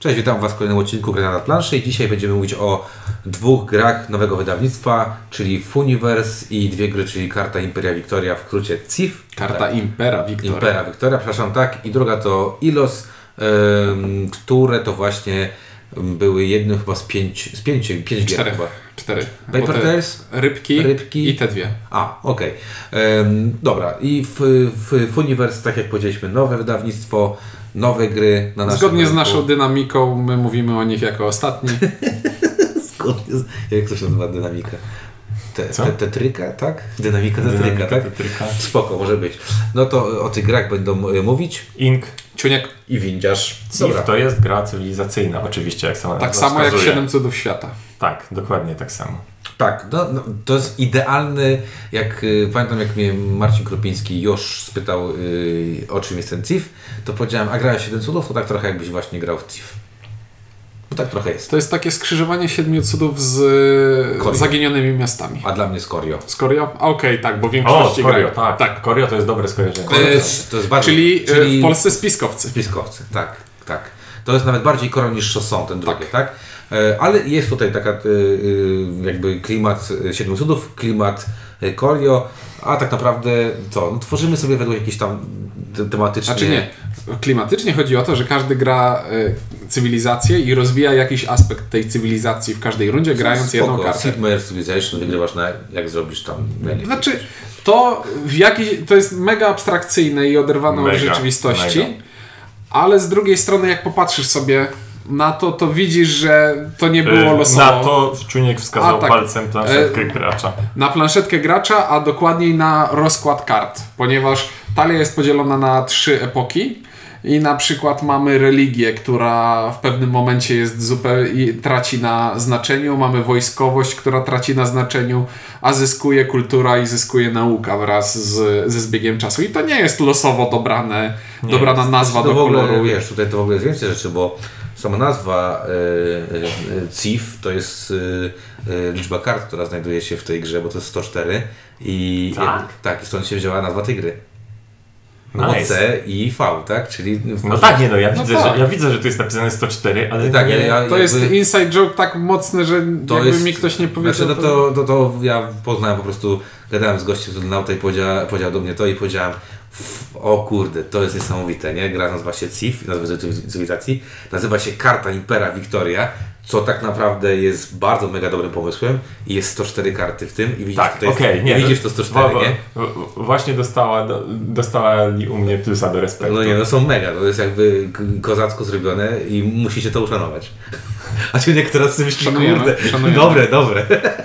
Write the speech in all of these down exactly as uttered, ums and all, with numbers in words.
Cześć, witam Was w kolejnym odcinku Gry na planszy i dzisiaj będziemy mówić o dwóch grach nowego wydawnictwa, czyli Funiverse i dwie gry, czyli Karta Imperia Victoria, w skrócie C I F. Karta tak. Impera Victoria. Impera Victoria, przepraszam, tak. I druga to Ilos, ym, które to właśnie były jednym chyba z pięć, z pięciu, pięć gier Cztery. chyba. Cztery. Paper Tales, rybki, rybki i te dwie. A, okej. Okay. Dobra, i w, w Funiverse, tak jak powiedzieliśmy, nowe wydawnictwo, nowe gry na naszym Zgodnie rynku. z naszą dynamiką, my mówimy o nich jako ostatni. Zgodnie z... Jak to się nazywa dynamika? Te, te, tetryka, tak? Dynamika tetryka, tak? Tetryka. Spoko, może być. No to o tych grach będą mówić Ink. Ciuniek i Windziarz. C I F to jest gra cywilizacyjna, oczywiście, jak sama Tak nazwa samo jak wskazuje. Siedem Cudów Świata. Tak, dokładnie tak samo. Tak, no, no, to jest idealny, jak y, pamiętam jak mnie Marcin Kropiński już spytał y, o czym jest ten C I F, to powiedziałem, a grałeś Siedem Cudów, to tak trochę jakbyś właśnie grał w C I F. Bo tak trochę jest. To jest takie skrzyżowanie Siedmiu Cudów z Korio. Zaginionymi miastami. A dla mnie Skorio. Skorio? Okej, okay, tak, bo O, większości Skorio, grają. tak. tak. Skorio to jest dobre skojarzenie. To jest, to jest bardziej, Czyli, czyli w Polsce spiskowcy. Spiskowcy, tak, tak. To jest nawet bardziej Korio niż Chasson, ten drugi, tak? tak? Ale jest tutaj taka jakby klimat Siedmiu Cudów, klimat Korio, a tak naprawdę co? No, tworzymy sobie według jakichś tam tematycznie... Znaczy nie, klimatycznie chodzi o to, że każdy gra y, cywilizację i rozwija jakiś aspekt tej cywilizacji w każdej rundzie, grając Spoko. jedną kartę. Sid Meier's Civilization wygrywasz na jak zrobisz tam... Jak Znaczy, to w jakiś, to jest mega abstrakcyjne i oderwane Mega, od rzeczywistości, mega. ale z drugiej strony jak popatrzysz sobie na to, to widzisz, że to nie było losowo. Na to Czuniek wskazał A, tak. palcem planszetkę E, gracza. Na planszetkę gracza, a dokładniej na rozkład kart, ponieważ talia jest podzielona na trzy epoki i na przykład mamy religię, która w pewnym momencie jest zupełnie traci na znaczeniu, mamy wojskowość, która traci na znaczeniu, a zyskuje kultura i zyskuje nauka wraz z, ze zbiegiem czasu. I to nie jest losowo dobrane, Nie dobrana jest. nazwa to do w ogóle, koloru. wiesz, tutaj to w ogóle jest więcej rzeczy, bo sama nazwa y, y, C I F to jest y, y, liczba kart, która znajduje się w tej grze, bo to jest sto cztery i Tak? jak, tak, i stąd się wzięła nazwa tej gry. No Nice. C i V, tak? Czyli w No tak, nie no, ja, No widzę, tak. że, ja widzę, że tu jest napisane sto cztery, ale Tak, nie... ja- To jest jakby- inside joke tak mocny, że To jakby jest, mi ktoś nie powiedział. Znaczy, no to, to, to ja poznałem po prostu, gadałem z gościem z Nauta i powiedział, powiedział do mnie to i powiedziałem, "F- o kurde, to jest niesamowite, nie? Gra nazywa się C I F, nazwa cywilizacji, nazywa się Karta Impera Victoria, co tak naprawdę jest bardzo mega dobrym pomysłem i jest sto cztery karty w tym i widzisz, Tak, tutaj jest, okej, nie. widzisz to sto cztery, wa- wa- nie? w- Właśnie dostała, do, dostali u mnie plusa do respektu. No nie, no są mega, to jest jakby k- kozacko zrobione i musicie to uszanować. A ci niektóre sobie myśli, Szanujemy, kurde, szanujemy. dobre, dobre.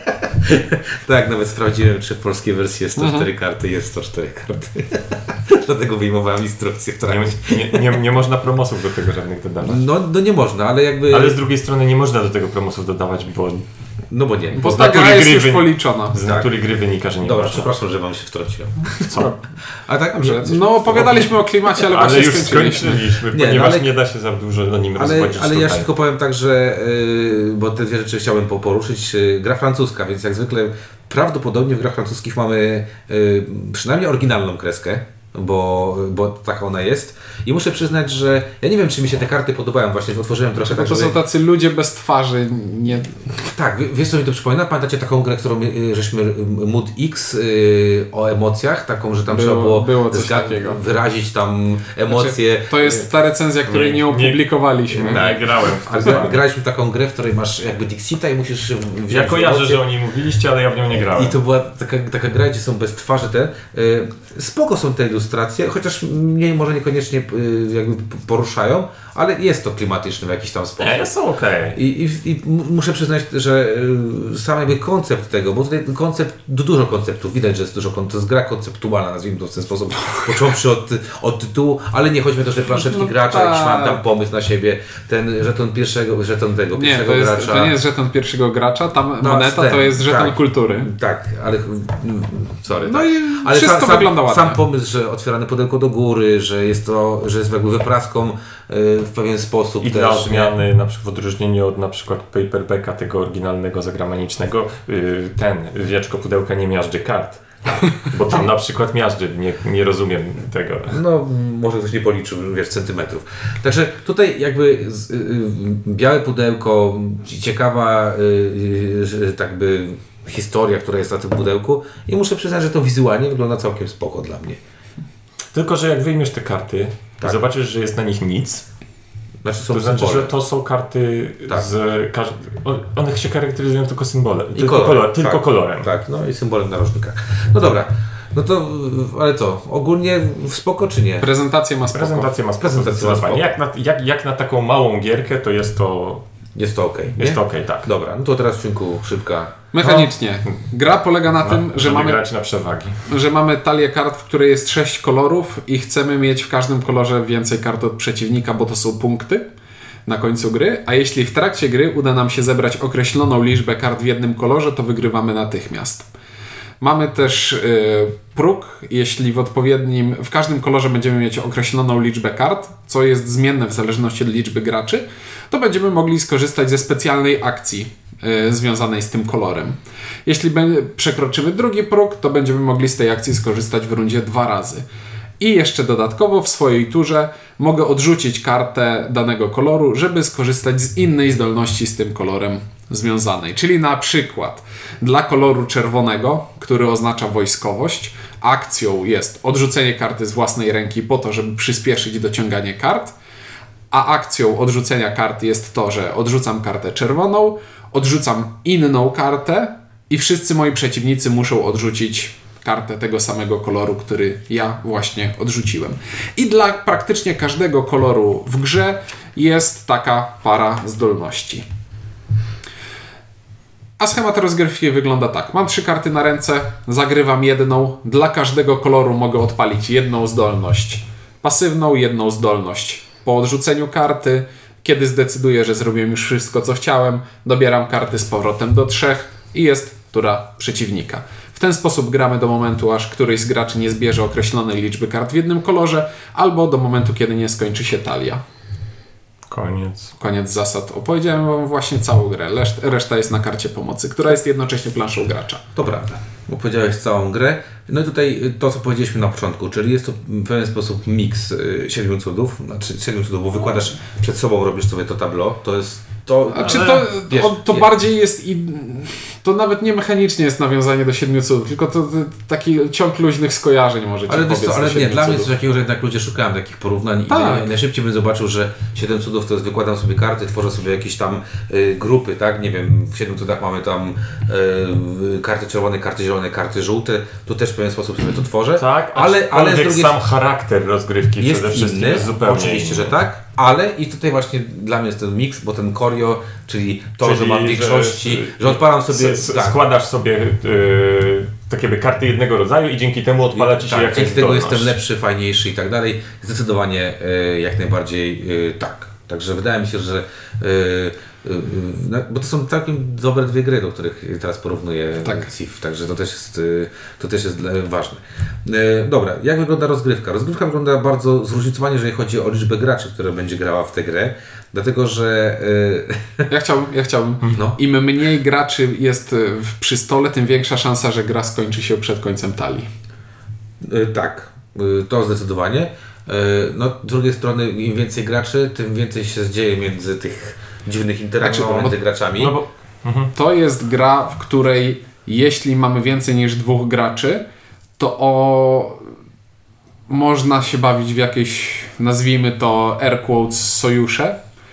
Tak, nawet sprawdziłem, czy w polskiej wersji jest sto cztery karty, jest sto cztery karty. Dlatego wyjmowałem instrukcję, która... Nie, nie, nie, nie można promosów do tego żadnych dodawać. No, no nie można, ale jakby... Ale z drugiej strony nie można do tego promosów dodawać, bo No bo nie. Bo z ta natury gra jest gry już wy- policzona. z natury gry wynika, że nie Dobra, można. przepraszam, że wam się wtrąciłem. Co? A tak, Dobrze, no opowiadaliśmy o klimacie, ale, Ale właśnie już skończyliśmy. skończyliśmy, Nie, no ponieważ ale- nie da się za dużo o nim Ale, rozwodzić ale ja tutaj. tylko powiem tak, że yy, bo te dwie rzeczy chciałem po- poruszyć. Yy, gra francuska, więc jak zwykle prawdopodobnie w grach francuskich mamy yy, przynajmniej oryginalną kreskę, bo, bo taka ona jest. I muszę przyznać, że ja nie wiem, czy mi się te karty podobają. Właśnie otworzyłem trochę Bo tak, to żeby... są tacy ludzie bez twarzy. Nie... Tak, wie- wiesz co mi to przypomina? Pamiętacie taką grę, którą y, żeśmy y, Mood X y, o emocjach, taką, że tam Było- trzeba było, było coś zga- takiego. wyrazić tam emocje. Znaczy, to jest ta recenzja, której nie, Nie- nie- opublikowaliśmy. Nie grałem w to. Ale z wami. graliśmy taką grę, w której masz jakby Dixita i musisz wziąć Ja kojarzę, emocje. że o niej mówiliście, ale ja w nią nie grałem. I to była taka, taka gra, gdzie są bez twarzy te. Y, spoko są te ilustracje, chociaż mnie może niekoniecznie y, jakby poruszają, ale jest to klimatyczne w jakiś tam sposób. Nie, są okej. I, i, I m- muszę przyznać, że y, sam jakby koncept tego, bo tutaj koncept, du- dużo konceptów, widać, że jest dużo konceptów, to jest gra konceptualna, nazwijmy to w ten sposób, począwszy od, od tytułu, ale nie chodźmy też do planszetki No gracza, tak. jakiś mam tam pomysł na siebie, ten żeton pierwszego, żeton tego, Nie, pierwszego to, jest, gracza. to nie jest żeton pierwszego gracza, tam No, moneta ten, to jest żeton tak. kultury. Tak, ale mm, sorry. No tak. i ale wszystko sam, sam, wygląda ładnie. sam pomysł, że otwierane pudełko do góry, że jest to, że jest jakby wypraską y, w pewien sposób I też. dla nie? odmiany, na przykład w odróżnieniu od na przykład paperbacka tego oryginalnego zagranicznego, yy, ten wieczko pudełka nie miażdży kart. Bo tam na przykład miażdży, nie, nie rozumiem tego. No, może ktoś nie policzył, wiesz, centymetrów. Także tutaj jakby z, y, y, białe pudełko, ciekawa y, y, tak by historia, która jest na tym pudełku i muszę przyznać, że to wizualnie wygląda całkiem spoko dla mnie. Tylko, że jak wyjmiesz te karty, Tak. i zobaczysz, że jest na nich nic, Znaczy są to znaczy, symbole. że to są karty Tak. z... Każ... One się charakteryzują tylko symbolem, I tylko, kolor, kolor, tylko tak, kolorem. Tak, no i symbolem narożnika. No dobra, no to, ale co, ogólnie spoko czy nie? Prezentacja ma spoko. Prezentacja ma Prezentacja ma spoko. jak na, jak, jak na taką małą gierkę, to jest to Jest to okej, jest nie? to okej, tak. Dobra, no to teraz w ciągu szybka. Mechanicznie. Gra polega na No, tym, że żeby mamy, grać na przewagi. że mamy talię kart, w której jest sześć kolorów i chcemy mieć w każdym kolorze więcej kart od przeciwnika, bo to są punkty na końcu gry, a jeśli w trakcie gry uda nam się zebrać określoną liczbę kart w jednym kolorze, to wygrywamy natychmiast. Mamy też y, próg, jeśli w odpowiednim, w każdym kolorze będziemy mieć określoną liczbę kart, co jest zmienne w zależności od liczby graczy, to będziemy mogli skorzystać ze specjalnej akcji y, związanej z tym kolorem. Jeśli be- przekroczymy drugi próg, to będziemy mogli z tej akcji skorzystać w rundzie dwa razy. I jeszcze dodatkowo w swojej turze mogę odrzucić kartę danego koloru, żeby skorzystać z innej zdolności z tym kolorem związanej. Czyli na przykład dla koloru czerwonego, który oznacza wojskowość, akcją jest odrzucenie karty z własnej ręki po to, żeby przyspieszyć dociąganie kart, a akcją odrzucenia karty jest to, że odrzucam kartę czerwoną, odrzucam inną kartę i wszyscy moi przeciwnicy muszą odrzucić kartę tego samego koloru, który ja właśnie odrzuciłem. I dla praktycznie każdego koloru w grze jest taka para zdolności. A schemat rozgrywki wygląda tak. Mam trzy karty na ręce, zagrywam jedną. Dla każdego koloru mogę odpalić jedną zdolność pasywną, jedną zdolność po odrzuceniu karty. Kiedy zdecyduję, że zrobiłem już wszystko, co chciałem, dobieram karty z powrotem do trzech i jest tura przeciwnika. W ten sposób gramy do momentu, aż któryś z graczy nie zbierze określonej liczby kart w jednym kolorze, albo do momentu, kiedy nie skończy się talia. Koniec. Koniec zasad. Opowiedziałem wam właśnie całą grę. Leszt- Reszta jest na karcie pomocy, która jest jednocześnie planszą gracza. To prawda, bo powiedziałeś całą grę. No i tutaj to, co powiedzieliśmy na początku, czyli jest to w pewien sposób miks y, siedmiu cudów, znaczy siedmiu cudów, bo wykładasz przed sobą, robisz sobie to tableau, to jest to... A czy ale- to, wiesz, to, to nie- bardziej jest i to nawet nie mechanicznie jest nawiązanie do siedmiu cudów, tylko to, to taki ciąg luźnych skojarzeń może ci Ale, wiesz powiedz co, do ale nie, siedmiu dla mnie jest cudów. coś takiego, że jednak ludzie szukają takich porównań Tak. i naj- najszybciej bym zobaczył, że siedem cudów to jest wykładam sobie karty, tworzę sobie jakieś tam y, grupy, tak, nie wiem, w siedmiu cudach mamy tam y, karty czerwone, karty zielone, karty żółte, tu też w pewien sposób sobie to tworzę, Tak, ale, ale z aczkolwiek drugiej sam charakter rozgrywki jest przede wszystkim inny, jest zupełnie oczywiście, inny. że tak, ale i tutaj właśnie dla mnie jest ten miks, bo ten Corio, czyli to, Czyli, że mam w że- większości, że, odpalam sobie... S- s- tak. Składasz sobie yy, takie by karty jednego rodzaju i dzięki temu odpala ci się tak, jakaś dzięki tego zdolność. jestem lepszy, fajniejszy i tak dalej. Zdecydowanie e, jak najbardziej e, tak. Także wydaje mi się, że e, e, no, bo to są całkiem dobre dwie gry, do których teraz porównuję Tak. C I F, także to też jest, e, to też jest e, ważne. E, dobra, jak wygląda rozgrywka? Rozgrywka wygląda bardzo zróżnicowanie, jeżeli chodzi o liczbę graczy, która będzie grała w tę grę, dlatego że e, Ja chciałbym, ja chciałbym. no, Im mniej graczy jest w, przy stole, tym większa szansa, że gra skończy się przed końcem talii. E, Tak, e, to zdecydowanie. E, No, z drugiej strony, im więcej graczy, tym więcej się dzieje między tych dziwnych interakcji Znaczy, pomiędzy bo- graczami. No bo To jest gra, w której jeśli mamy więcej niż dwóch graczy, to o... można się bawić w jakieś, nazwijmy to air quotes, sojusze,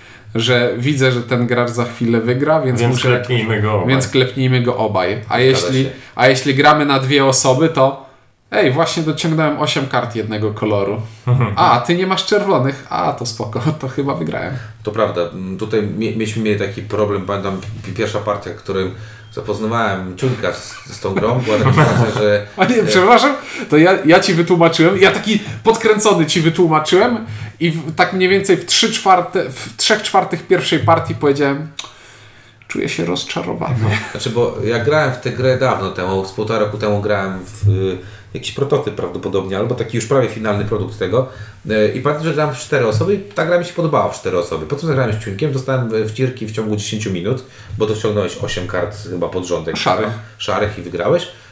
że widzę, że ten gracz za chwilę wygra, więc, więc muszę... klepnijmy go obaj. Więc klepnijmy go obaj. A jeśli, się. a jeśli gramy na dwie osoby, to ej, właśnie dociągnąłem osiem kart jednego koloru. A, ty nie masz czerwonych. A, to spoko, to chyba wygrałem. To prawda, m, tutaj mie- mieliśmy mieli taki problem, pamiętam pi- pierwsza partia, w którym zapoznawałem Ciuńka z, z tą grą, była taka sytuacja, że A nie, przepraszam, to ja, ja ci wytłumaczyłem, ja taki podkręcony ci wytłumaczyłem i w, tak mniej więcej w, trzy czwarte, w trzech czwartych pierwszej partii powiedziałem, czuję się rozczarowany. Znaczy, bo ja grałem w tę grę dawno temu, z półtora roku temu grałem w y, jakiś prototyp prawdopodobnie, albo taki już prawie finalny produkt tego y, i pamiętam, że grałem w cztery osoby i ta gra mi się podobała w cztery osoby. Po co zagrałem z Ciuńkiem, dostałem y, wcierki w ciągu dziesięć minut, bo to ściągnąłeś osiem kart chyba pod rząd. jak Szarych. pamiętam. Szarych i wygrałeś.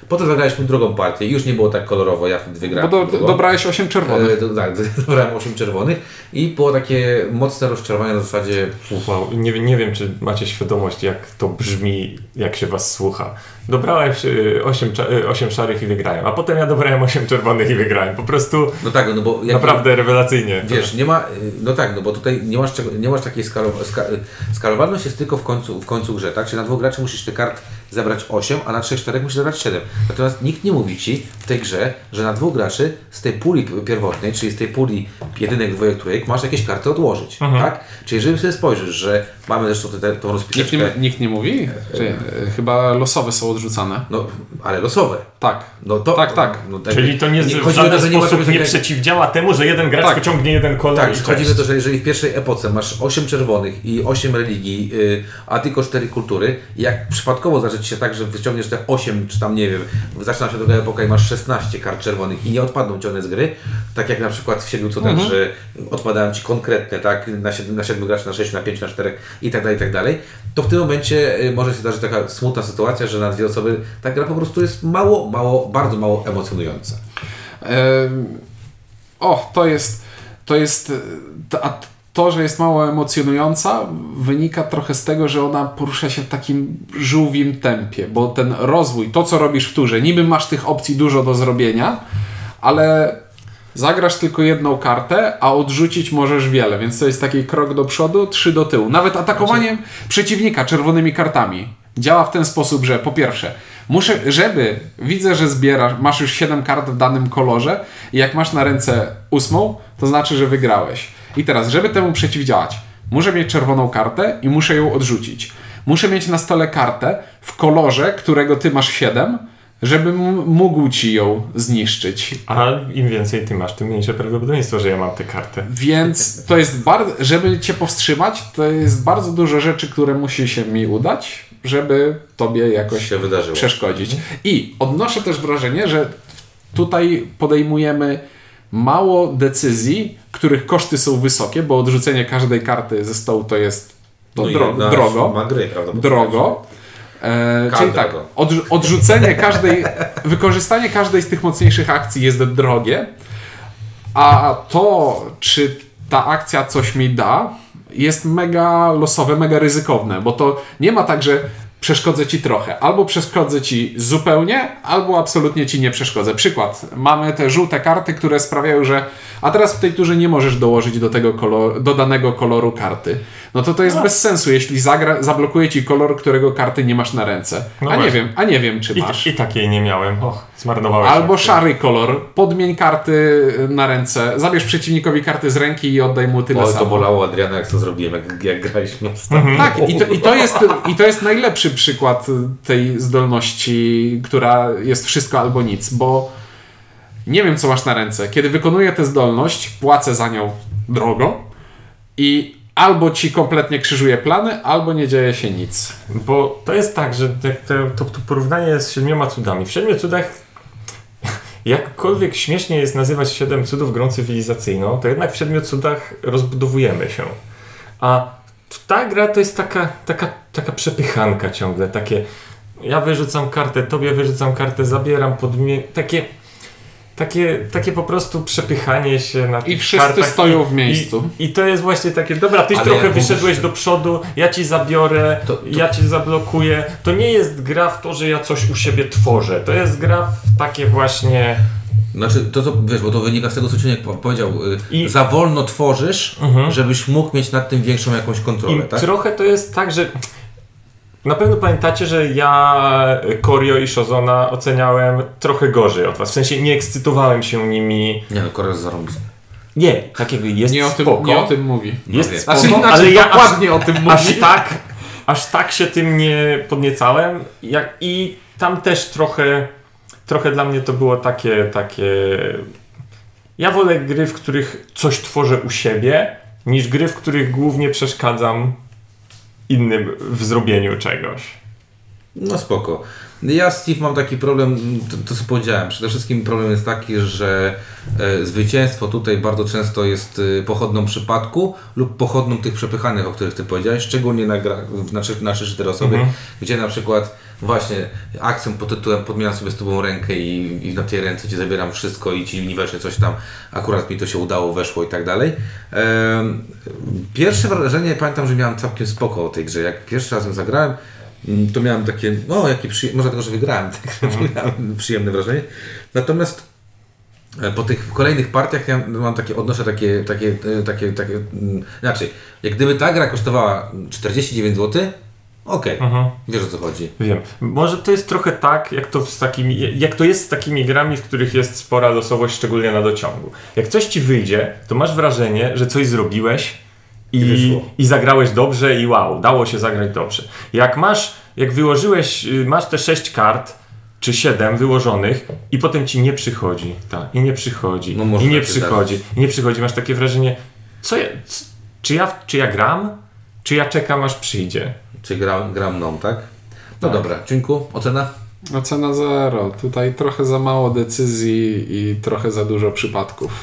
Potem zagraliśmy drugą partię i już nie było tak kolorowo, ja wtedy wygrałem. Bo do, dobrałeś osiem czerwonych. E, do, tak, dobrałem osiem czerwonych i było takie mocne rozczarowanie na zasadzie... Wow, nie, nie wiem, czy macie świadomość, jak to brzmi, jak się was słucha. Dobrałem osiem szarych i wygrałem, a potem ja dobrałem osiem czerwonych i wygrałem. Po prostu No tak, no bo... Jak, naprawdę rewelacyjnie. Wiesz, nie ma... No tak, no bo tutaj nie masz, czego, nie masz takiej skalo, ska, skalowalność jest tylko w końcu, w końcu grze, tak? Czyli na dwóch graczy musisz tych kart zebrać osiem, a na trzech, czterech musisz zebrać siedem. Natomiast nikt nie mówi Ci w tej grze, że na dwóch graczy z tej puli pierwotnej, czyli z tej puli jedynek, dwojek, trójek, masz jakieś karty odłożyć, mhm. tak? Czyli jeżeli sobie spojrzysz, że mamy zresztą tę tą rozpiseczkę... Nikt nie, nikt nie mówi? Czy, e, chyba losowe są odrzucane. No, ale losowe. Tak. No to, tak, tak. No, tak. Czyli to nie, nie w chodzi żaden o to, że nie, ma sposób nie jak... przeciwdziała temu, że jeden gracz tak. wyciągnie jeden kolor. Tak, i chodzi cześć. o to, że jeżeli w pierwszej epoce masz osiem czerwonych i osiem religii, yy, a tylko cztery kultury, jak przypadkowo zdarzy Ci się tak, że wyciągniesz te osiem, czy tam nie wiem, zaczyna się druga epoka i masz szesnaście kart czerwonych i nie odpadną Ci one z gry, tak jak na przykład w siedmiu cudach, mhm. że odpadają Ci konkretne, tak, na siedmiu, na siedmiu graczy, na sześciu, na pięciu, na czterech i tak dalej, i tak dalej, to w tym momencie yy, może się zdarzyć taka smutna sytuacja, że na dwie osoby ta gra po prostu jest mało, mało, bardzo mało emocjonująca. O, to jest, to jest, a to, że jest mało emocjonująca, wynika trochę z tego, że ona porusza się w takim żółwim tempie, bo ten rozwój, to co robisz w turze, niby masz tych opcji dużo do zrobienia, ale zagrasz tylko jedną kartę, a odrzucić możesz wiele, więc to jest taki krok do przodu, trzy do tyłu. Nawet atakowaniem przeciwnika czerwonymi kartami działa w ten sposób, że po pierwsze, muszę, żeby, widzę, że zbierasz, masz już siedem kart w danym kolorze i jak masz na ręce ósmą, to znaczy, że wygrałeś. I teraz, żeby temu przeciwdziałać, muszę mieć czerwoną kartę i muszę ją odrzucić. Muszę mieć na stole kartę w kolorze, którego ty masz siedem, żebym mógł ci ją zniszczyć. A im więcej ty masz, tym mniejsze prawdopodobieństwo, że ja mam tę kartę. Więc to jest bardzo, żeby cię powstrzymać, to jest bardzo dużo rzeczy, które musi się mi udać, żeby tobie jakoś się wydarzyło. przeszkodzić. I odnoszę też wrażenie, że tutaj podejmujemy mało decyzji, których koszty są wysokie, bo odrzucenie każdej karty ze stołu to jest to no dro- drogo. Ma gry, drogo. E, czyli tak, odrzu- odrzucenie każdej, wykorzystanie każdej z tych mocniejszych akcji jest drogie, a to, czy ta akcja coś mi da, jest mega losowe, mega ryzykowne, bo to nie ma tak, że przeszkodzę ci trochę, albo przeszkodzę ci zupełnie, albo absolutnie ci nie przeszkodzę. Przykład, mamy te żółte karty, które sprawiają, że a teraz w tej turze nie możesz dołożyć do tego kolor, do danego koloru karty. No to to jest no. bez sensu, jeśli zagra, zablokuje ci kolor, którego karty nie masz na ręce. No a właśnie. nie wiem, a nie wiem, czy I, masz. I takiej nie miałem. Och, zmarnowałeś. Albo szary kolor, podmień karty na ręce, zabierz przeciwnikowi karty z ręki i oddaj mu tyle o, samo. To bolało Adriana, jak to zrobiłem, jak, jak graliśmy. Mhm. Tak, i to, i, to jest, i to jest najlepszy przykład tej zdolności, która jest wszystko albo nic, bo nie wiem, co masz na ręce. Kiedy wykonuję tę zdolność, płacę za nią drogo i albo ci kompletnie krzyżuje plany, albo nie dzieje się nic. Bo to jest tak, że to, to, to porównanie z siedmioma cudami. W siedmiu cudach, jakkolwiek śmiesznie jest nazywać siedem cudów grą cywilizacyjną, to jednak w siedmiu cudach rozbudowujemy się. A ta gra to jest taka, taka, taka przepychanka ciągle, takie ja wyrzucam kartę, tobie wyrzucam kartę, zabieram, podmie... takie Takie, takie po prostu przepychanie się na tych I wszyscy kartach. stoją w miejscu. I, I to jest właśnie takie, dobra, tyś Ale trochę jak wyszedłeś mówisz... do przodu, ja ci zabiorę, to, to... ja ci zablokuję. To nie jest gra w to, że ja coś u siebie tworzę. To jest gra w takie właśnie... Znaczy, to co, wiesz, bo to wynika z tego, co Ciuniek powiedział. I... Za wolno tworzysz, mhm. żebyś mógł mieć nad tym większą jakąś kontrolę, I tak? trochę to jest tak, że... Na pewno pamiętacie, że ja Korio i Shozona oceniałem trochę gorzej od was. W sensie nie ekscytowałem się nimi. Nie no, Korio jest zarąbisty. Nie, takiego jest nie o spoko. tym, nie o tym mówi. Jest no, spoko, znaczy, inaczej, ale ja dokładnie aż, o tym mówi. Aż tak, aż tak się tym nie podniecałem. Jak, I tam też trochę, trochę dla mnie to było takie, takie... Ja wolę gry, w których coś tworzę u siebie, niż gry, w których głównie przeszkadzam innym w zrobieniu czegoś. No spoko. Ja z Steve mam taki problem, to, to co powiedziałem, przede wszystkim problem jest taki, że e, zwycięstwo tutaj bardzo często jest e, pochodną przypadku lub pochodną tych przepychanych, o których Ty powiedziałeś, szczególnie na, gra, na, na trzy cztery osoby, mhm. gdzie na przykład właśnie akcją pod tytułem podmieniam sobie z Tobą rękę i, i na tej ręce Ci zabieram wszystko i Ci uniwersycznie coś tam, akurat mi to się udało, weszło i tak dalej. E, pierwsze wrażenie, pamiętam, że miałem całkiem spoko o tej grze, jak pierwszy raz ją zagrałem, to miałem takie, no jakie przyjemne, może dlatego, że wygrałem, tak, mm. miałem przyjemne wrażenie. Natomiast po tych kolejnych partiach ja mam takie, odnoszę takie, takie, takie, takie, inaczej, jak gdyby ta gra kosztowała czterdzieści dziewięć złotych, okej, okay. mhm. wiesz o co chodzi. Wiem. Może to jest trochę tak, jak to, z takimi, jak to jest z takimi grami, w których jest spora losowość, szczególnie na dociągu. Jak coś Ci wyjdzie, to masz wrażenie, że coś zrobiłeś, I, I zagrałeś dobrze i wow, dało się zagrać dobrze. Jak masz, jak wyłożyłeś, masz te sześć kart, czy siedem wyłożonych i potem ci nie przychodzi, tak, i nie przychodzi, no i nie przychodzi, i nie przychodzi, masz takie wrażenie, co ja, c, czy, ja, czy ja gram, czy ja czekam aż przyjdzie. Czy gram, gram mną, tak? No tak. Dobra, Ciuńku, ocena? Ocena zero. Tutaj trochę za mało decyzji i trochę za dużo przypadków.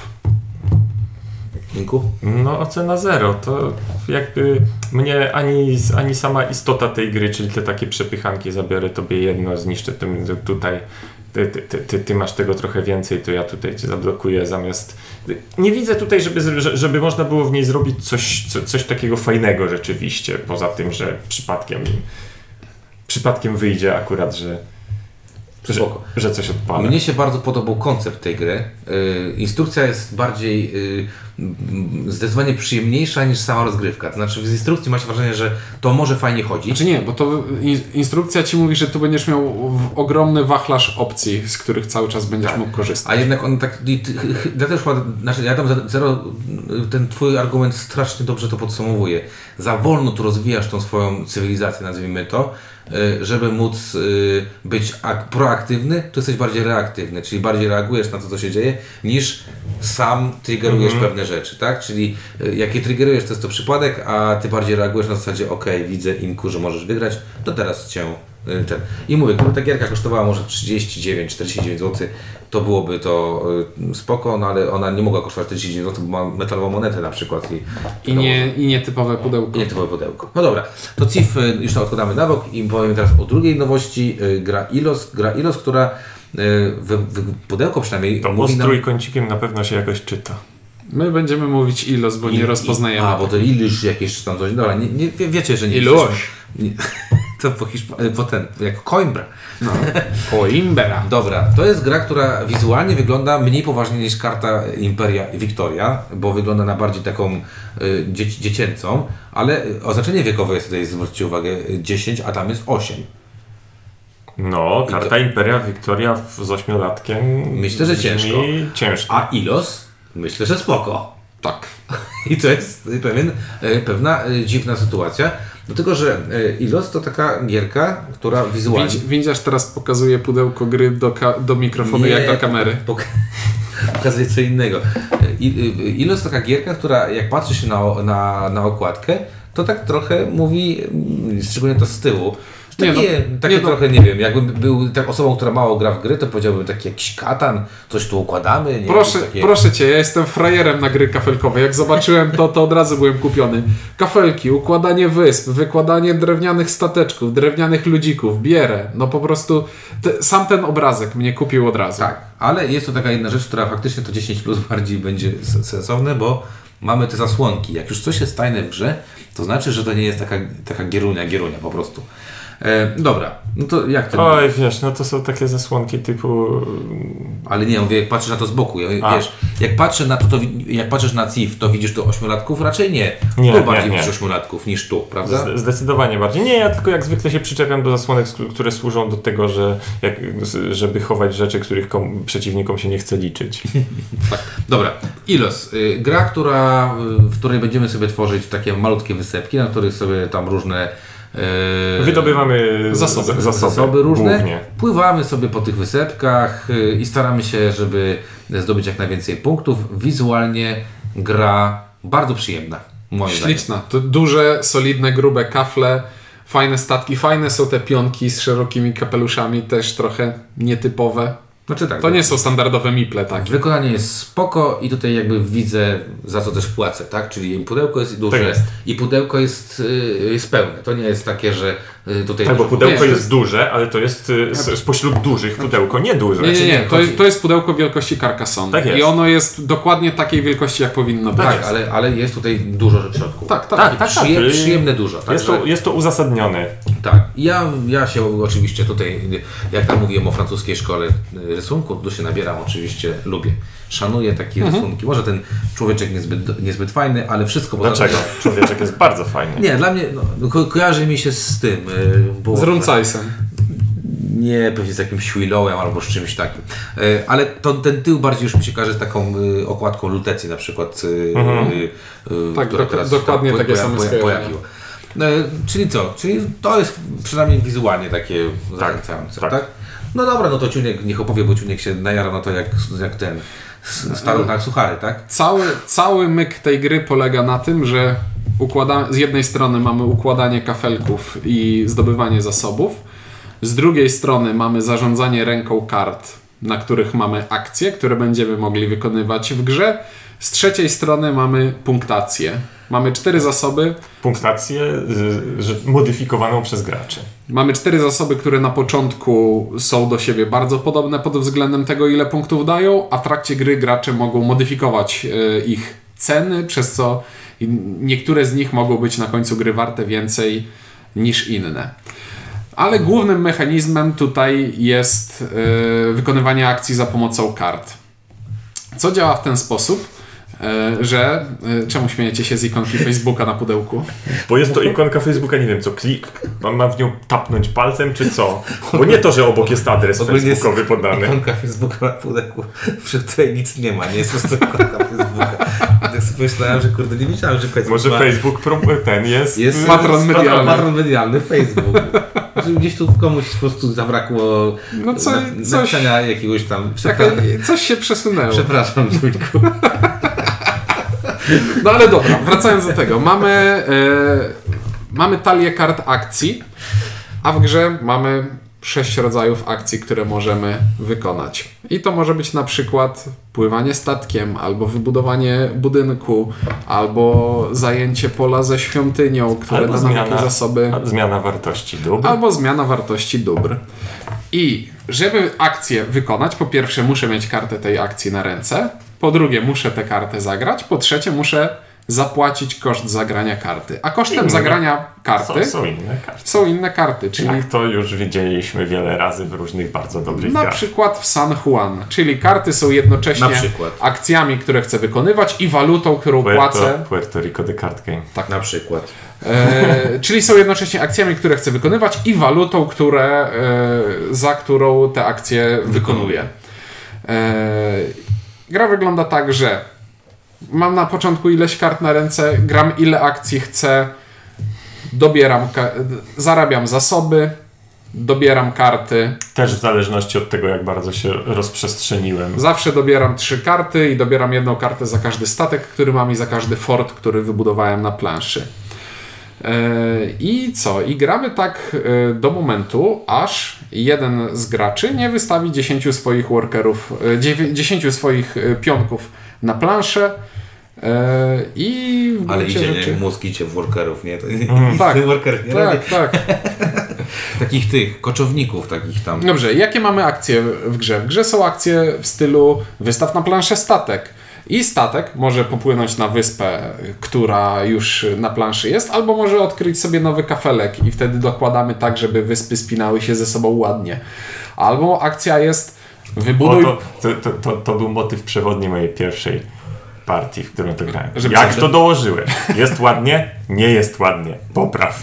No ocena zero, to jakby mnie ani, ani sama istota tej gry, czyli te takie przepychanki, zabiorę tobie jedno, zniszczę tym, tutaj, ty, ty, ty, ty masz tego trochę więcej, to ja tutaj cię zablokuję zamiast... Nie widzę tutaj, żeby, żeby można było w niej zrobić coś, co, coś takiego fajnego rzeczywiście, poza tym, że przypadkiem, przypadkiem wyjdzie akurat, że... Że, że coś odpada. Mnie się bardzo podobał koncept tej gry. Yy, instrukcja jest bardziej yy, zdecydowanie przyjemniejsza niż sama rozgrywka. To znaczy z instrukcji masz wrażenie, że to może fajnie chodzić. Znaczy nie, bo to in, instrukcja Ci mówi, że tu będziesz miał ogromny wachlarz opcji, z których cały czas będziesz tak. mógł korzystać. A jednak on tak... Ja też znaczy ja tam zero, ten Twój argument strasznie dobrze to podsumowuje. Za wolno tu rozwijasz tą swoją cywilizację, nazwijmy to, żeby móc być proaktywny, to jesteś bardziej reaktywny, czyli bardziej reagujesz na to, co się dzieje, niż sam triggerujesz mm-hmm. pewne rzeczy, tak? Czyli jak je triggerujesz, to jest to przypadek, a ty bardziej reagujesz na zasadzie, ok, widzę Inku, że możesz wygrać, to teraz cię ten. I mówię, gdyby ta gierka kosztowała może trzydzieści dziewięć czterdzieści dziewięć złotych, to byłoby to spoko, no ale ona nie mogła kosztować czterdzieści dziewięć złotych, bo ma metalową monetę na przykład. I, I, nie, i nietypowe pudełko. I nietypowe pudełko. No dobra, to C I F już to odkładamy na bok i powiem teraz o drugiej nowości, gra Ilos, gra Ilos, która w, w pudełko przynajmniej... To mówi z trójkącikiem na pewno się jakoś czyta. My będziemy mówić Ilos, bo I, nie rozpoznajemy. A, bo to Iluś jakieś tam coś. Dobra, nie, nie, wiecie, że nie... Iluś. To po hiszpańsku, po ten, jak Coimbra. No. Coimbra. Dobra, to jest gra, która wizualnie wygląda mniej poważnie niż karta Imperia Victoria, bo wygląda na bardziej taką y, dzieci, dziecięcą, ale oznaczenie wiekowe jest tutaj, zwróćcie uwagę, dziesięć, a tam jest osiem. No, karta to... Imperia Victoria z ośmiolatkiem. Myślę, że ciężko. ciężko. A Ilos? Myślę, że spoko. Tak. I to jest pewien, pewna dziwna sytuacja. Dlatego, że Ilos to taka gierka, która wizualnie... Windziarz teraz pokazuje pudełko gry do, ka- do mikrofonu nie, jak do kamery. Pok- pokazuje co innego. Ilos to taka gierka, która jak patrzy się na, na, na okładkę, to tak trochę mówi, szczególnie to z tyłu, Takie, nie no, takie nie trochę, no. nie wiem, jakbym był tak osobą, która mało gra w gry, to powiedziałbym taki jakiś Katan, coś tu układamy. Nie proszę, takie... proszę Cię, ja jestem frajerem na gry kafelkowe. Jak zobaczyłem to, to od razu byłem kupiony. Kafelki, układanie wysp, wykładanie drewnianych stateczków, drewnianych ludzików, bierę. No po prostu te, sam ten obrazek mnie kupił od razu. Tak, ale jest to taka jedna rzecz, która faktycznie to dziesięć plus bardziej będzie sensowne, bo mamy te zasłonki. Jak już coś jest tajne w grze, to znaczy, że to nie jest taka, taka gierunia, gierunia po prostu. E, dobra, no to jak to... Oj, wiesz, no to są takie zasłonki typu... Ale nie, mówię, jak patrzysz na to z boku, ja, wiesz, jak patrzę na to, to, jak patrzysz na C I F, to widzisz tu ośmiolatków? Raczej nie. nie tu bardziej nie, widzisz nie. ośmiolatków niż tu, prawda? Z, zdecydowanie bardziej. Nie, ja tylko jak zwykle się przyczepiam do zasłonek, które służą do tego, że jak, żeby chować rzeczy, których kom, przeciwnikom się nie chce liczyć. Tak. Dobra, Ilos. Y, gra, która, y, w której będziemy sobie tworzyć takie malutkie wysepki, na których sobie tam różne Yy, Wydobywamy zasoby, zasoby, zasoby różne, głównie. Pływamy sobie po tych wysepkach yy, i staramy się, żeby zdobyć jak najwięcej punktów. Wizualnie gra bardzo przyjemna, moim Śliczna. To duże, solidne, grube kafle Fajne statki, fajne są te pionki z szerokimi kapeluszami, też trochę nietypowe. Znaczy tak, To nie są standardowe miple, tak? wykonanie jest spoko i tutaj jakby widzę, za co też płacę, tak? Czyli pudełko jest duże Tak jest. i pudełko jest, y, jest pełne. To nie jest takie, że y, tutaj... Tak, bo dużo pudełko nie, jest duże, ale to jest y, z, spośród dużych pudełko nieduże. Nie, nie, nie. nie, To chodzi- jest, to jest pudełko wielkości Carcassonne. Tak jest. I ono jest dokładnie takiej wielkości, jak powinno być. Tak, ale, ale jest tutaj dużo rzeczy w środku. Tak, tak. Tak, tak, Przyjem, tak. Przyjemne dużo. Jest Także- to, jest to uzasadnione. Tak, ja, ja się oczywiście tutaj, jak tam mówiłem o francuskiej szkole rysunku, tu się nabieram, oczywiście lubię. Szanuję takie Mhm. rysunki. Może ten człowieczek niezbyt, niezbyt fajny, ale wszystko poza Dlaczego? Człowieczek jest bardzo fajny. Nie, dla mnie no, ko- kojarzy mi się z tym. y, Bo Z Rumcajsem. Nie, pewnie z jakimś Willołem albo z czymś takim. Y, Ale to, ten tył bardziej już mi się kojarzy z taką y, okładką Lutecji na przykład. y, Mhm. y, y, Tak, która dok- teraz się dokładnie tam takie poja- same poja- skojarzenia. pojawiła. No, czyli co? Czyli to jest przynajmniej wizualnie takie zachęcające, tak. tak. No dobra, no to Ciuniek niech opowie, bo Ciuniek się najara na to jak, jak ten staronak suchary, tak? Cały, cały myk tej gry polega na tym, że układa... z jednej strony mamy układanie kafelków i zdobywanie zasobów, z drugiej strony mamy zarządzanie ręką kart, na których mamy akcje, które będziemy mogli wykonywać w grze, z trzeciej strony mamy punktację. Mamy cztery zasoby, Punktację y, że modyfikowaną przez graczy. Mamy cztery zasoby, które na początku są do siebie bardzo podobne pod względem tego, ile punktów dają, a w trakcie gry gracze mogą modyfikować e, ich ceny, przez co niektóre z nich mogą być na końcu gry warte więcej niż inne. Ale głównym mechanizmem tutaj jest e, wykonywanie akcji za pomocą kart. Co działa w ten sposób, e, że... E, czemu śmiejecie się z ikonki Facebooka na pudełku? Bo jest to ikonka Facebooka, nie wiem co, klik, on ma w nią tapnąć palcem czy co? Bo nie to, że obok jest adres Ogólnie jest facebookowy podany. Ikonka Facebooka na pudełku, przy której nic nie ma, nie jest po prostu ikonka Facebooka. Tak sobie myślałem, że kurde, nie wiedziałem, że Facebook Może ma... Facebook pro- ten jest... Jest Patron medialny. Patron medialny Facebook. Że gdzieś tu komuś po prostu zabrakło No co- na, coś- napisania jakiegoś tam... Taka, Przepraszam, coś się przesunęło. przepraszam Dziuńku. No ale dobra, wracając do tego. Mamy, e, mamy talię kart akcji, a w grze mamy sześć rodzajów akcji, które możemy wykonać. I to może być na przykład pływanie statkiem, albo wybudowanie budynku, albo zajęcie pola ze świątynią, które Albo da nam zmiana, jakieś zasoby, a- zmiana wartości dóbr. albo zmiana wartości dóbr. I żeby akcję wykonać, po pierwsze muszę mieć kartę tej akcji na ręce, po drugie muszę tę kartę zagrać, po trzecie muszę zapłacić koszt zagrania karty. A kosztem Inne. zagrania karty Są, są inne karty. są inne karty, czyli Jak to już widzieliśmy wiele razy w różnych bardzo dobrych na grach. przykład w San Juan, czyli karty są jednocześnie Na przykład. akcjami, które chcę wykonywać i walutą, którą płacę. Puerto, Puerto Rico The Card Game. Tak na przykład. E, czyli są jednocześnie akcjami, które chcę wykonywać i walutą, które, e, za którą te akcje wykonuję. E, gra wygląda tak, że mam na początku ileś kart na ręce, gram ile akcji chcę, dobieram, ka- zarabiam zasoby, dobieram karty. Też w zależności od tego, jak bardzo się rozprzestrzeniłem. Zawsze dobieram trzy karty i dobieram jedną kartę za każdy statek, który mam i za każdy fort, który wybudowałem na planszy. Yy, I co? I gramy tak yy, do momentu, aż jeden z graczy nie wystawi dziesięciu swoich workerów, yy, dziewię- dziesięciu swoich yy, pionków na planszę. Yy, I w Ale gruncie idzie, rzeczy... nie? Mózg idzie w workerów, nie? To, tak, tak, worker, nie robi. tak, tak. Takich tych, koczowników takich tam. Dobrze, jakie mamy akcje w grze? W grze są akcje w stylu wystaw na planszę statek. I statek może popłynąć na wyspę, która już na planszy jest, albo może odkryć sobie nowy kafelek i wtedy dokładamy tak, żeby wyspy spinały się ze sobą ładnie. Albo akcja jest wybuduj... O, to, to, to, to był motyw przewodni mojej pierwszej partii, w którą to grałem. Żeby Jak sobie- to dołożyłeś? Jest ładnie? Nie jest ładnie. Popraw.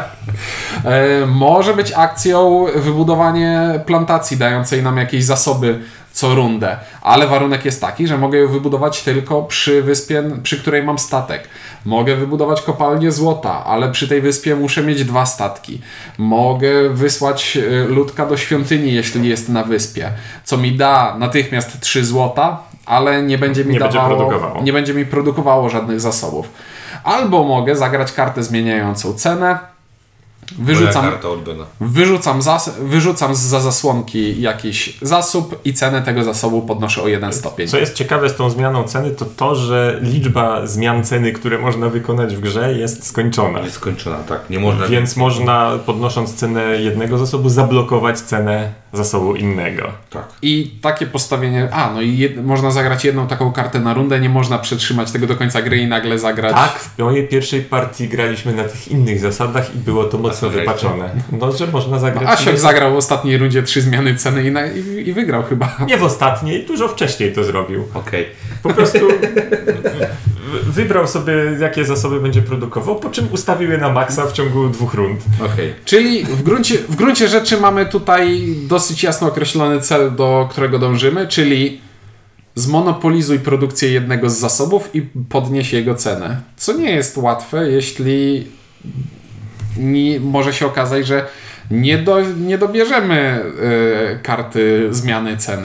E, może być akcją wybudowanie plantacji dającej nam jakieś zasoby co rundę, ale warunek jest taki, że mogę ją wybudować tylko przy wyspie, przy której mam statek. Mogę wybudować kopalnię złota, ale przy tej wyspie muszę mieć dwa statki. Mogę wysłać e, ludka do świątyni, jeśli jest na wyspie, co mi da natychmiast trzy złota, ale nie będzie mi Nie będzie dawało, produkowało. nie będzie mi produkowało żadnych zasobów. Albo mogę zagrać kartę zmieniającą cenę, Wyrzucam, Moja karta ulubiona. wyrzucam, zas, wyrzucam za zasłonki jakiś zasób i cenę tego zasobu podnoszę o jeden stopień. Co jest ciekawe z tą zmianą ceny, to to, że liczba zmian ceny, które można wykonać w grze, jest skończona. Jest skończona, tak. Nie można... Więc można, podnosząc cenę jednego zasobu, zablokować cenę zasobu innego. Tak. I takie postawienie... A, no i jed, można zagrać jedną taką kartę na rundę, nie można przetrzymać tego do końca gry i nagle zagrać... Tak, w mojej pierwszej partii graliśmy na tych innych zasadach i było to mocno wypaczone. No, że można zagrać... No, Asiok zagrał w ostatniej rundzie trzy zmiany ceny i, na, i, i wygrał chyba. Nie w ostatniej, dużo wcześniej to zrobił. Okej. Po prostu w- wybrał sobie, jakie zasoby będzie produkował, po czym ustawił je na maksa w ciągu dwóch rund. Okej. Czyli w gruncie, w gruncie rzeczy mamy tutaj dosyć jasno określony cel, do którego dążymy, czyli zmonopolizuj produkcję jednego z zasobów i podnieś jego cenę. Co nie jest łatwe, jeśli nie, może się okazać, że nie, do, nie dobierzemy y, karty zmiany ceny.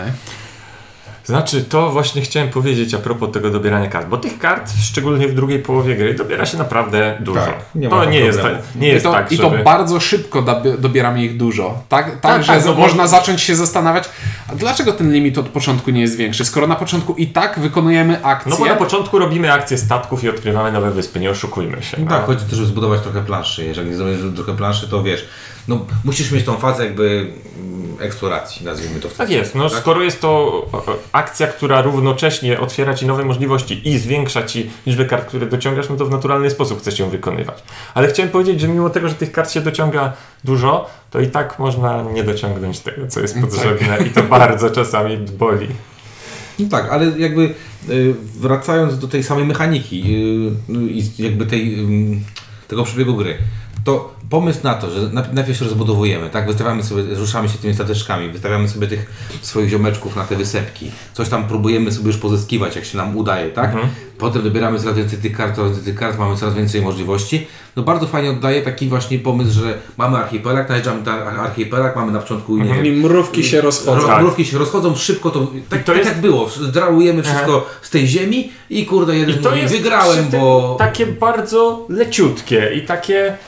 Znaczy, to właśnie chciałem powiedzieć a propos tego dobierania kart, bo tych kart, szczególnie w drugiej połowie gry, dobiera się naprawdę dużo. Tak, nie to ma nie jest, problemu. ta, nie jest I to, tak, I to żeby... bardzo szybko dobi- dobieramy ich dużo. Tak, tak, Tak, że tak, z- no bo- można zacząć się zastanawiać, a dlaczego ten limit od początku nie jest większy, skoro na początku i tak wykonujemy akcję. No bo na początku robimy akcje statków i odkrywamy nowe wyspy, nie oszukujmy się. Tak, chodzi też, żeby zbudować trochę planszy. Jeżeli nie zrobisz trochę planszy, to wiesz, no musisz mieć tą fazę jakby mm, eksploracji, nazwijmy to w ten Tak jest, no tak? skoro jest to e, e, akcja, która równocześnie otwiera ci nowe możliwości i zwiększa ci liczbę kart, które dociągasz, no to w naturalny sposób chcesz ją wykonywać. Ale chciałem powiedzieć, że mimo tego, że tych kart się dociąga dużo, to i tak można nie dociągnąć tego, co jest potrzebne i to bardzo czasami boli. No tak, ale jakby y, wracając do tej samej mechaniki y, y, i jakby tej, y, tego przebiegu gry, to pomysł na to, że nap- najpierw się rozbudowujemy, tak? Wystawiamy sobie, ruszamy się tymi stateczkami, wystawiamy sobie tych swoich ziomeczków na te wysepki, coś tam próbujemy sobie już pozyskiwać, jak się nam udaje, tak? Mhm. Potem wybieramy coraz więcej tych kart, coraz więcej tych kart, mamy coraz więcej możliwości. No bardzo fajnie oddaje taki właśnie pomysł, że mamy archipelag, najeżdżamy na archipelag, mamy na początku, nie I wiem, mrówki się rozchodzą. Ro- Mrówki się rozchodzą szybko, to tak, to tak jest- jak było, zdrałujemy wszystko z tej ziemi i kurde, jeden I to mówi, jest wygrałem, przy tym bo... takie bardzo leciutkie i takie...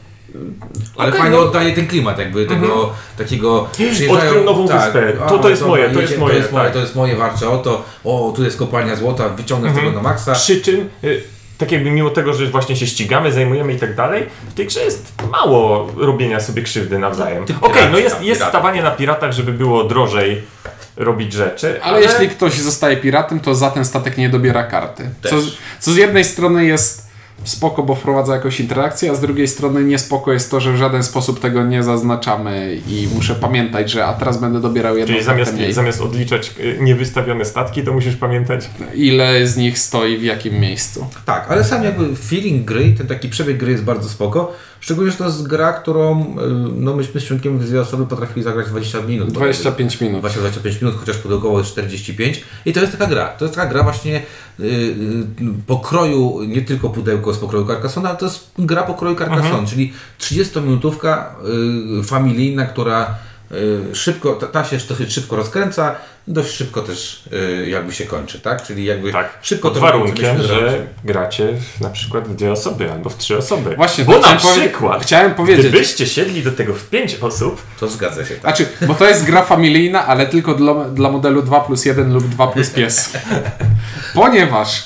Ale Okej, fajnie no. oddaje ten klimat jakby tego takiego... przyjeżdżają- Odkrył nową wyspę. To- to jest moje, to jedzie- jest moje, To jest, moje. to jest moje, warcze o to, o tu jest kopalnia złota, wyciągnę z tego na maksa. Przy czym, y, tak jakby mimo tego, że właśnie się ścigamy, zajmujemy i tak dalej, w tej grze jest mało robienia sobie krzywdy nawzajem. Okej, piraci, no jest, tam, jest piraty. stawanie na piratach, żeby było drożej robić rzeczy, Ale jeśli ktoś zostaje piratem, to za ten statek nie dobiera karty. Co, Też. co z jednej strony jest spoko, bo wprowadza jakąś interakcję, a z drugiej strony niespoko jest to, że w żaden sposób tego nie zaznaczamy i muszę pamiętać, że a teraz będę dobierał jedną Czyli kartę zamiast, mniej. zamiast odliczać y, niewystawione statki, to musisz pamiętać. Ile z nich stoi w jakim miejscu. Tak, ale sam jakby feeling gry i ten taki przebieg gry jest bardzo spoko. Szczególnie, że to jest gra, którą y, no myśmy z członkiem w dwie osoby potrafili zagrać dwadzieścia minut. dwadzieścia pięć minut. dwadzieścia do dwudziestu pięciu minut, chociaż produkował jest czterdzieści pięć. I to jest taka gra. To jest taka gra właśnie y, y, pokroju, nie tylko pudełko z pokroju Carcassonne, ale to jest gra pokroju Carcassonne, Mhm. czyli trzydziestominutówka y, familijna, która y, szybko, ta, ta się dosyć szybko rozkręca, dość szybko też y, jakby się kończy, tak? Czyli jakby Tak, szybko pod to robimy, co warunkiem, byśmy zrobić. że gracie w, na przykład w dwie osoby albo w trzy osoby. Właśnie, Bo to na chciałem powie- przykład, chciałem powiedzieć. gdybyście siedli do tego w pięć osób, To zgadza się, tak. Znaczy, bo to jest gra familijna, ale tylko dla, dla modelu dwa plus jeden lub dwa plus pies. Ponieważ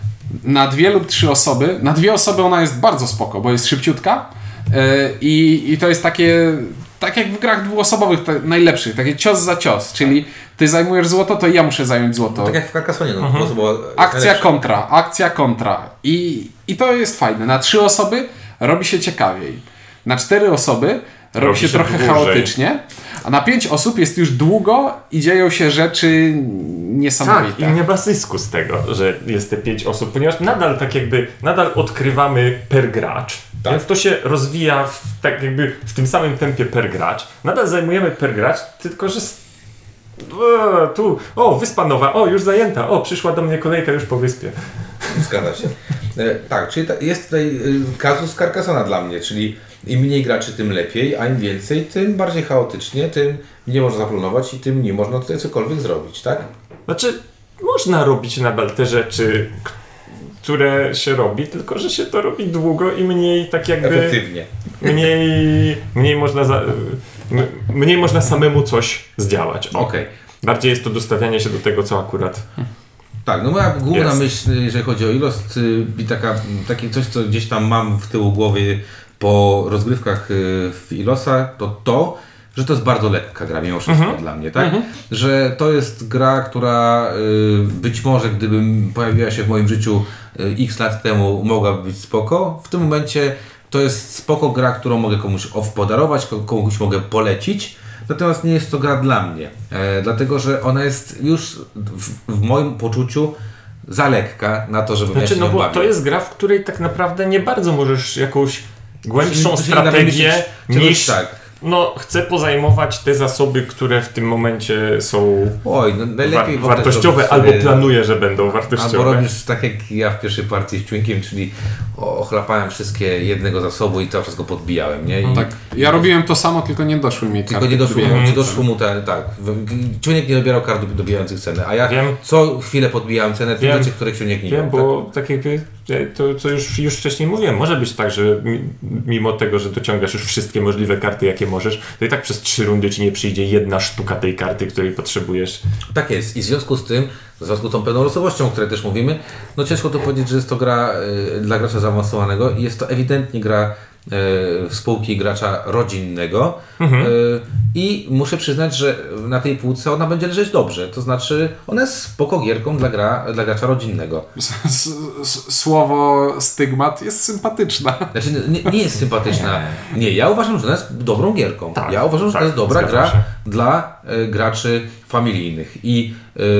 na dwie lub trzy osoby, na dwie osoby ona jest bardzo spoko, bo jest szybciutka yy, i, i to jest takie, tak jak w grach dwuosobowych te, najlepszych, takie cios za cios, czyli ty zajmujesz złoto, to ja muszę zająć złoto. Tak jak w Carcassonne, no, Mhm. po prostu była Akcja najlepsza. kontra, akcja kontra. I, I to jest fajne. Na trzy osoby robi się ciekawiej. Na cztery osoby robi, Robi się, się trochę dłużej. chaotycznie, a na pięć osób jest już długo i dzieją się rzeczy niesamowite. tak, i nie ma zysku z tego, że jest te pięć osób, ponieważ nadal tak jakby, nadal odkrywamy per gracz, Tak. więc to się rozwija w, tak jakby w tym samym tempie per gracz. Nadal zajmujemy per gracz, tylko że s- o, tu, o, wyspa nowa, o, już zajęta, o, przyszła do mnie kolejka już po wyspie. Zgadza się. E, tak, czyli ta, jest tutaj y, kazus Carcassonne dla mnie, czyli im mniej graczy, tym lepiej, a im więcej, tym bardziej chaotycznie, tym nie można zaplanować i tym nie można tutaj cokolwiek zrobić, tak? Znaczy, można robić nadal te rzeczy, k- które się robi, tylko że się to robi długo i mniej tak jakby... Efektywnie. mniej, mniej, można za, m- mniej można samemu coś zdziałać. Okej. Okay. Bardziej jest to dostawianie się do tego, co akurat... Tak, no moja główna jest. myśl, jeżeli chodzi o ilość, i taka, takie coś, co gdzieś tam mam w tyłu głowy po rozgrywkach w Ilosa, to to, że to jest bardzo lekka gra mimo wszystko Mhm. dla mnie, tak? Mhm. Że to jest gra, która y, być może gdybym pojawiła się w moim życiu y, x lat temu, mogłaby być spoko. W tym momencie to jest spoko gra, którą mogę komuś podarować, komuś mogę polecić. Natomiast nie jest to gra dla mnie, e, dlatego że ona jest już w, w moim poczuciu za lekka na to, żeby Znaczy, ja się no nią bo bawił. to jest gra, w której tak naprawdę nie bardzo możesz jakąś głębszą Czyli- czyli strategię nawet myślisz, niż... czegoś tak. No, chcę pozajmować te zasoby, które w tym momencie są Oj, no najlepiej wa- w ogóle wartościowe, zrobić sobie- albo planuję, że będą wartościowe. Albo robisz tak jak ja w pierwszej partii z Członkiem, czyli ochlapałem wszystkie jednego zasobu i cały czas go podbijałem, nie? I Tak. Ja robiłem to samo, tylko nie doszły mi Tylko karty. nie doszło, dobijające nie doszło mu te, tak. Członek nie dobierał kart dobi- dobijających cenę, a ja Wiem. co chwilę podbijałem cenę tych Wiem. rzeczy, które Członek nie Wiem, miał. bo tak jakby to, co już, już wcześniej mówiłem, może być tak, że mi- mimo tego, że dociągasz już wszystkie możliwe karty, jakie możesz, to i tak przez trzy rundy ci nie przyjdzie jedna sztuka tej karty, której potrzebujesz. Tak jest i w związku z tym, w związku z tą pełną losowością, o której też mówimy, no ciężko to powiedzieć, że jest to gra y, dla gracza zaawansowanego i jest to ewidentnie gra y, spółki gracza rodzinnego Mhm. y, i muszę przyznać, że na tej półce ona będzie leżeć dobrze, to znaczy ona jest spoko gierką dla, gra, dla gracza rodzinnego. S- s- s- Słowo stygmat jest sympatyczna. Znaczy nie, nie jest sympatyczna. Nie, ja uważam, że ona jest dobrą gierką. Tak, ja uważam, że tak, to jest dobra zgadzam gra się. dla y, graczy familijnych i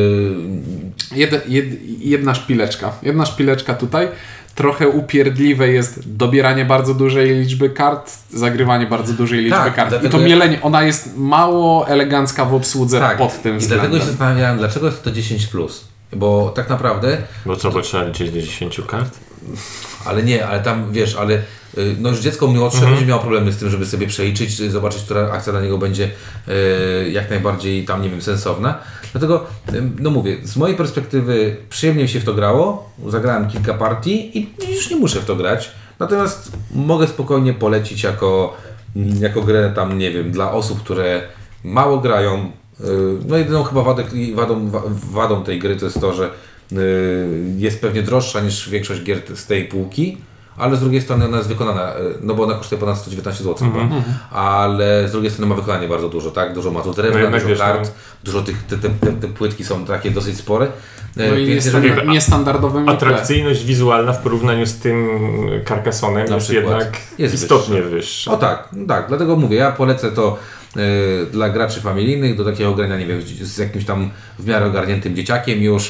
y, Jed, jed, jedna szpileczka. Jedna szpileczka tutaj. Trochę upierdliwe jest dobieranie bardzo dużej liczby kart, zagrywanie bardzo dużej liczby Tak, kart. I dlatego to ja- mielenie, ona jest mało elegancka w obsłudze tak, pod tym i względem. dlatego się zastanawiałem, dlaczego jest to dziesięć plus. Bo tak naprawdę, Bo co, bo trzeba liczyć do dziesięciu kart? ale nie, ale tam wiesz, ale y, no już dziecko młodsze Mhm. będzie miało problemy z tym, żeby sobie przeliczyć, y, zobaczyć, która akcja dla niego będzie y, jak najbardziej tam, nie wiem, sensowna. Dlatego, y, no mówię, z mojej perspektywy przyjemnie mi się w to grało, zagrałem kilka partii i już nie muszę w to grać. Natomiast mogę spokojnie polecić jako, jako grę tam, nie wiem, dla osób, które mało grają. Y, No jedyną chyba wadę, wadą, wa- wadą tej gry to jest to, że y, jest pewnie droższa niż większość gier z tej półki, ale z drugiej strony ona jest wykonana, y, no bo ona kosztuje ponad sto dziewiętnaście złotych, Mhm. chyba, ale z drugiej strony ma wykonanie bardzo dużo, tak? Dużo ma tu No drewna, jednak dużo wiesz, kart, no. dużo tych, te, te, te, te płytki są takie dosyć spore. Y, No i więc jest jeżeli- jakby- niestandardowym mikle. Atrakcyjność wizualna w porównaniu z tym Carcassonem Na jest przykład. jednak Jest istotnie wyższa. O tak, no tak, dlatego mówię, ja polecę to y, dla graczy familijnych, do takiego grania, nie wiem, z z jakimś tam w miarę ogarniętym dzieciakiem już.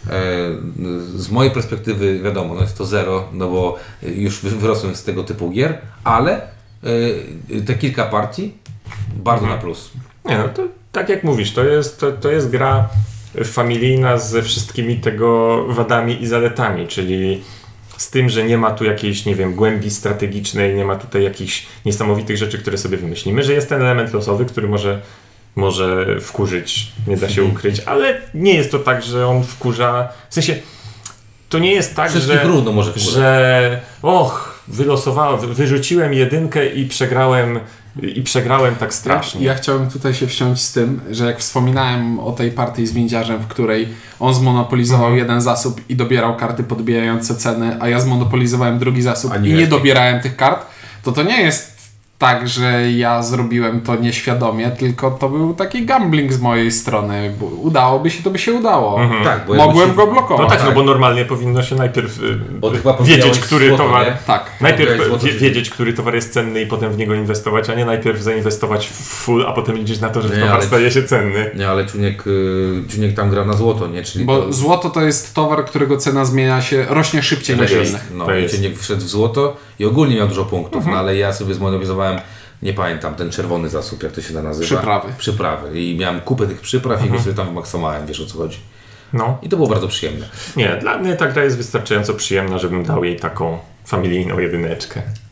Y, z mojej perspektywy wiadomo, no jest to zero, no bo już wy- wyrosłem z tego typu gier, ale y, te kilka partii bardzo na plus. Nie no, to tak jak mówisz, to jest, to, to jest gra familijna ze wszystkimi tego wadami i zaletami, czyli z tym, że nie ma tu jakiejś, nie wiem, głębi strategicznej, nie ma tutaj jakichś niesamowitych rzeczy, które sobie wymyślimy, że jest ten element losowy, który może, może wkurzyć, nie da się ukryć, ale nie jest to tak, że on wkurza, w sensie to nie jest tak, Wszystkich że, równo może wkurzać. że och, wylosowałem, wy- wyrzuciłem jedynkę i przegrałem i przegrałem tak strasznie. Ja chciałbym tutaj się wsiąść z tym, że jak wspominałem o tej partii z windziarzem, w której on zmonopolizował Mhm. jeden zasób i dobierał karty podbijające ceny, a ja zmonopolizowałem drugi zasób A nie i nie miałeś dobierałem tych kart, to to nie jest tak, że ja zrobiłem to nieświadomie, tylko to był taki gambling z mojej strony. Bo udałoby się, to by się udało. Mhm. Tak, bo Mogłem jakby go się- blokować. No tak, tak. no bo normalnie powinno się najpierw y, Bo ty chyba wiedzieć, powiedziałeś który złoto, towar. nie? Tak. Najpierw Powiedziałeś złoto, wie, czy- wiedzieć, który towar jest cenny i potem w niego inwestować, a nie najpierw zainwestować w full, a potem liczyć na to, że Nie, towar ale- staje się cenny. Nie, ale Czuniek, y, Czuniek tam gra na złoto, nie? Czyli Bo to, złoto to jest towar, którego cena zmienia się, rośnie szybciej Tak niż jest. innych. No, To i jest. Czuniek wszedł w złoto i ogólnie miał dużo punktów, no ale ja sobie zmonopolizowałem, nie pamiętam, ten czerwony zasób, jak to się nazywa. Przyprawy. Przyprawy. I miałem kupę tych przypraw i go sobie tam wymaksowałem, wiesz o co chodzi. No. I to było bardzo przyjemne. Nie, dla mnie ta gra jest wystarczająco przyjemna, żebym dał jej taką familijną jedyneczkę.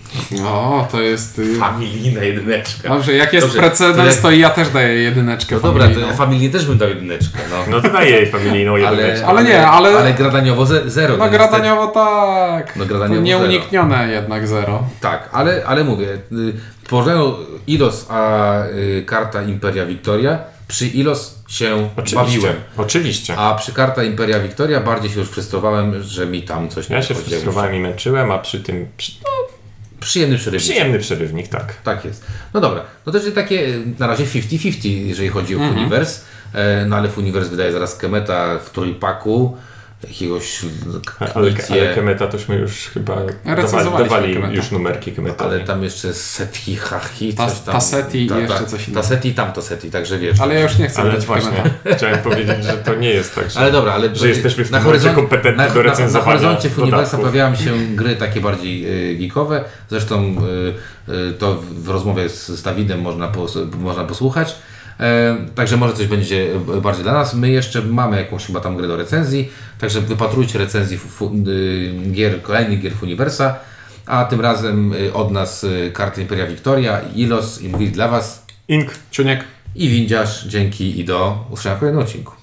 O, to jest... y, Familijna jedyneczka. Dobrze, jak jest Dobrze, precedens, to to, jak- ja też daję jedyneczkę No dobra, to familijną. ja familii też bym dał jedyneczkę, no. No to daję jej familijną jedyneczkę. Ale nie, ale- Ale gradaniowo ze, zero. No no gradaniowo tak. No, gradaniowo to nieuniknione jednak zero. niestety. Tak, ale, ale mówię, y, w porównaniu Ilos a y, karta Imperia Victoria, przy Ilos się Oczywiście, bawiłem. oczywiście. A przy karta Imperia Victoria bardziej się już frustrowałem, że mi tam coś nie Ja się wychodziło. frustrowałem i męczyłem, a przy tym przy, no, Przyjemny przerywnik. przyjemny przerywnik, tak. Tak jest. No dobra, no to jest takie y, na razie fifty fifty, jeżeli chodzi o Funiverse. E, no ale Funiverse wydaje zaraz Kemeta w trójpaku, jakiegoś Ale, ale knicję, Kemeta tośmy już chyba dawali, Recenzowaliśmy dawali Kemeta. już numerki Kemeta. ale tam jeszcze Seti, Hachi, Ta- coś tam. Taseti i jeszcze coś innego. Taseti, tam Taseti, także wiesz. Ale ja już nie chcę Ale grać w właśnie, Kemeta. chciałem powiedzieć, że to nie jest tak, że... Ale dobra, ale że jesteśmy w na tym momencie horyzon- kompetentni na, do na, recenzowania na horyzoncie Funiversa dodatków. pojawiają się gry takie bardziej y, geekowe. Zresztą y, y, to w, w rozmowie z, z Dawidem można, pos, można posłuchać. E, także może coś będzie bardziej dla nas. My jeszcze mamy jakąś chyba tam grę do recenzji, także wypatrujcie recenzji fu, y, gier, kolejnych gier Funiversa. A tym razem y, od nas y, karty Imperia Victoria, Ilos i mówili dla Was Ink. Ciuniek. i Windziarz. Dzięki i do usłyszenia w kolejnym odcinku.